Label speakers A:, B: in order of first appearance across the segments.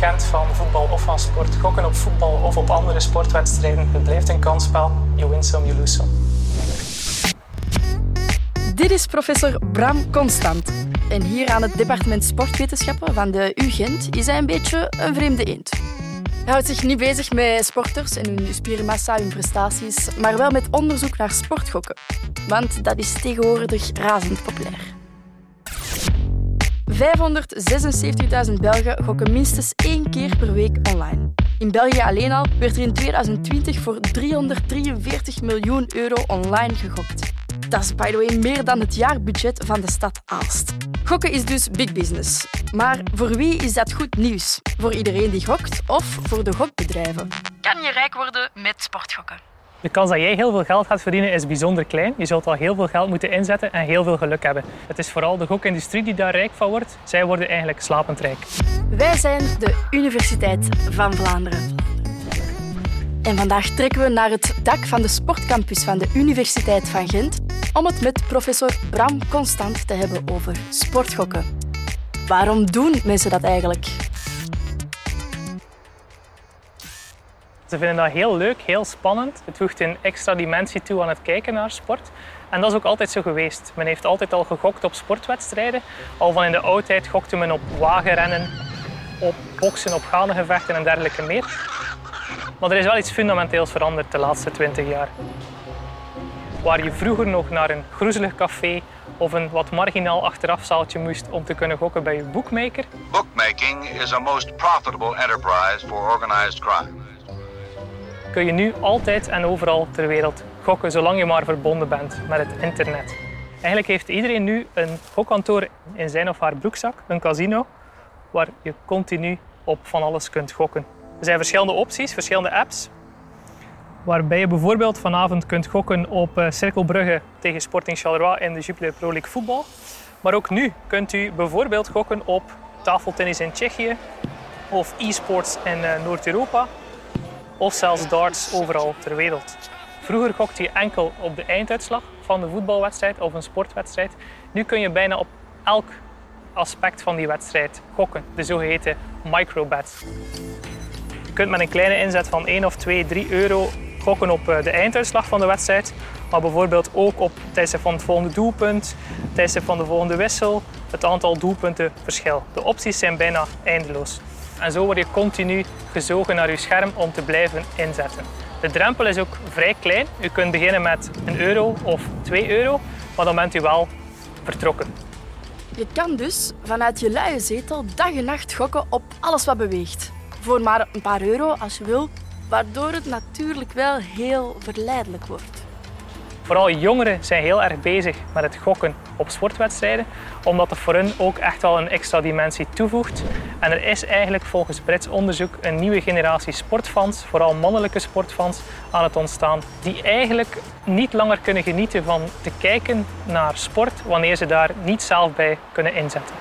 A: kent van voetbal of van sport, gokken op voetbal of op andere sportwedstrijden. Het blijft een kansspel. You win some, you lose some.
B: Dit is professor Bram Constant. En hier aan het departement sportwetenschappen van de UGent is hij een beetje een vreemde eend. Hij houdt zich niet bezig met sporters en hun spiermassa, hun prestaties, maar wel met onderzoek naar sportgokken. Want dat is tegenwoordig razend populair. 576.000 Belgen gokken minstens 1 keer per week online. In België alleen al werd er in 2020 voor €343 miljoen online gegokt. Dat is, by the way, meer dan het jaarbudget van de stad Aalst. Gokken is dus big business. Maar voor wie is dat goed nieuws? Voor iedereen die gokt of voor de gokbedrijven? Kan je rijk worden met sportgokken?
A: De kans dat jij heel veel geld gaat verdienen is bijzonder klein. Je zult al heel veel geld moeten inzetten en heel veel geluk hebben. Het is vooral de gokindustrie die daar rijk van wordt. Zij worden eigenlijk slapend rijk.
B: Wij zijn de Universiteit van Vlaanderen. En vandaag trekken we naar het dak van de sportcampus van de Universiteit van Gent om het met professor Bram Constant te hebben over sportgokken. Waarom doen mensen dat eigenlijk?
A: Ze vinden dat heel leuk, heel spannend. Het voegt een extra dimensie toe aan het kijken naar sport. En dat is ook altijd zo geweest. Men heeft altijd al gegokt op sportwedstrijden. Al van in de oudheid gokte men op wagenrennen, op boksen, op ganengevechten en dergelijke meer. Maar er is wel iets fundamenteels veranderd de laatste 20 jaar. Waar je vroeger nog naar een groezelig café of een wat marginaal achterafzaaltje moest om te kunnen gokken bij je bookmaker.
C: Bookmaking is a most profitable enterprise for organized crime.
A: Kun je nu altijd en overal ter wereld gokken, zolang je maar verbonden bent met het internet. Eigenlijk heeft iedereen nu een gokkantoor in zijn of haar broekzak, een casino, waar je continu op van alles kunt gokken. Er zijn verschillende opties, verschillende apps, waarbij je bijvoorbeeld vanavond kunt gokken op Cirkelbrugge tegen Sporting Charleroi in de Jupiler Pro League voetbal. Maar ook nu kunt u bijvoorbeeld gokken op tafeltennis in Tsjechië of e-sports in Noord-Europa of zelfs darts overal ter wereld. Vroeger gokte je enkel op de einduitslag van de voetbalwedstrijd of een sportwedstrijd. Nu kun je bijna op elk aspect van die wedstrijd gokken, de zogeheten microbets. Je kunt met een kleine inzet van 1 of 2, 3 euro gokken op de einduitslag van de wedstrijd, maar bijvoorbeeld ook op het tijdstip van het volgende doelpunt, het tijdstip van de volgende wissel, het aantal doelpunten verschil. De opties zijn bijna eindeloos. En zo word je continu gezogen naar je scherm om te blijven inzetten. De drempel is ook vrij klein. U kunt beginnen met €1 of €2, maar dan bent u wel vertrokken.
B: Je kan dus vanuit je luie zetel dag en nacht gokken op alles wat beweegt. Voor maar een paar euro als je wil, waardoor het natuurlijk wel heel verleidelijk wordt.
A: Vooral jongeren zijn heel erg bezig met het gokken op sportwedstrijden, omdat het voor hen ook echt wel een extra dimensie toevoegt. En er is eigenlijk volgens Brits onderzoek een nieuwe generatie sportfans, vooral mannelijke sportfans, aan het ontstaan, die eigenlijk niet langer kunnen genieten van te kijken naar sport wanneer ze daar niet zelf bij kunnen inzetten.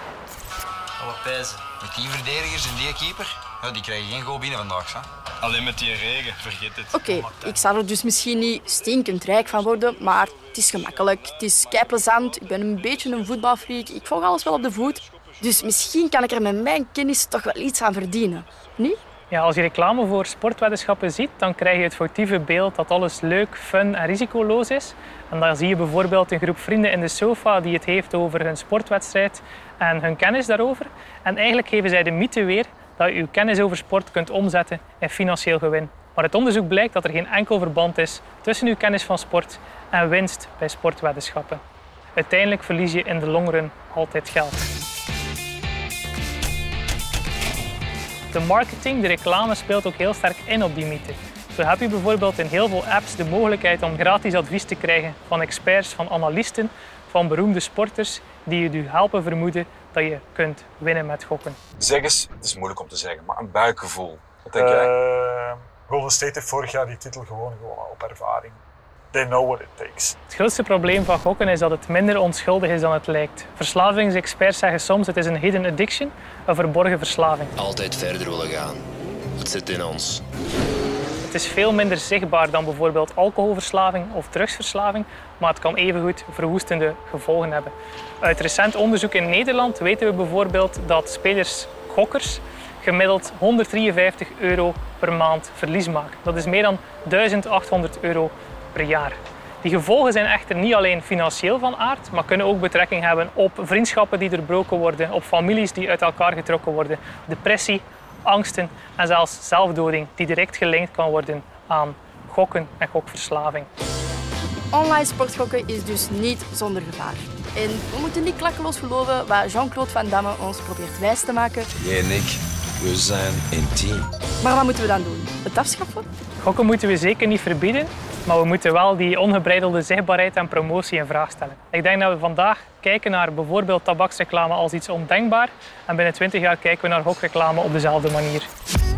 D: Wat pijzen. Met die verdedigers en die keeper, ja, die krijgen geen goal binnen vandaag. Hè?
E: Alleen met die regen, vergeet het.
B: Oké, ik zal er dus misschien niet stinkend rijk van worden, maar het is gemakkelijk, het is keiplezant, ik ben een beetje een voetbalfreak, ik volg alles wel op de voet. Dus misschien kan ik er met mijn kennis toch wel iets aan verdienen. Niet?
A: Ja, als je reclame voor sportweddenschappen ziet, dan krijg je het foutieve beeld dat alles leuk, fun en risicoloos is. En dan zie je bijvoorbeeld een groep vrienden in de sofa die het heeft over hun sportwedstrijd en hun kennis daarover. En eigenlijk geven zij de mythe weer dat je uw kennis over sport kunt omzetten in financieel gewin. Maar het onderzoek blijkt dat er geen enkel verband is tussen uw kennis van sport en winst bij sportweddenschappen. Uiteindelijk verlies je in de long run altijd geld. De marketing, de reclame speelt ook heel sterk in op die mythe. Zo heb je bijvoorbeeld in heel veel apps de mogelijkheid om gratis advies te krijgen van experts, van analisten, van beroemde sporters die je helpen vermoeden dat je kunt winnen met gokken.
F: Zeg eens, het is moeilijk om te zeggen, maar een buikgevoel. Wat denk jij?
E: Golden State heeft vorig jaar die titel gewonnen op ervaring. They know what it takes.
A: Het grootste probleem van gokken is dat het minder onschuldig is dan het lijkt. Verslavingsexperts zeggen soms het is een hidden addiction, een verborgen verslaving.
G: Altijd verder willen gaan. Het zit in ons.
A: Het is veel minder zichtbaar dan bijvoorbeeld alcoholverslaving of drugsverslaving, maar het kan evengoed verwoestende gevolgen hebben. Uit recent onderzoek in Nederland weten we bijvoorbeeld dat spelers-gokkers gemiddeld €153 per maand verlies maken. Dat is meer dan €1.800 per jaar. Die gevolgen zijn echter niet alleen financieel van aard, maar kunnen ook betrekking hebben op vriendschappen die doorbroken worden, op families die uit elkaar getrokken worden, depressie, angsten en zelfs zelfdoding die direct gelinkt kan worden aan gokken en gokverslaving.
B: Online sportgokken is dus niet zonder gevaar. En we moeten niet klakkeloos geloven wat Jean-Claude Van Damme ons probeert wijs te maken.
G: Jij en ik, we zijn een team.
B: Maar wat moeten we dan doen? Het afschaffen?
A: Gokken moeten we zeker niet verbieden, maar we moeten wel die ongebreidelde zichtbaarheid en promotie in vraag stellen. Ik denk dat we vandaag kijken naar bijvoorbeeld tabaksreclame als iets ondenkbaar en binnen 20 jaar kijken we naar gokreclame op dezelfde manier.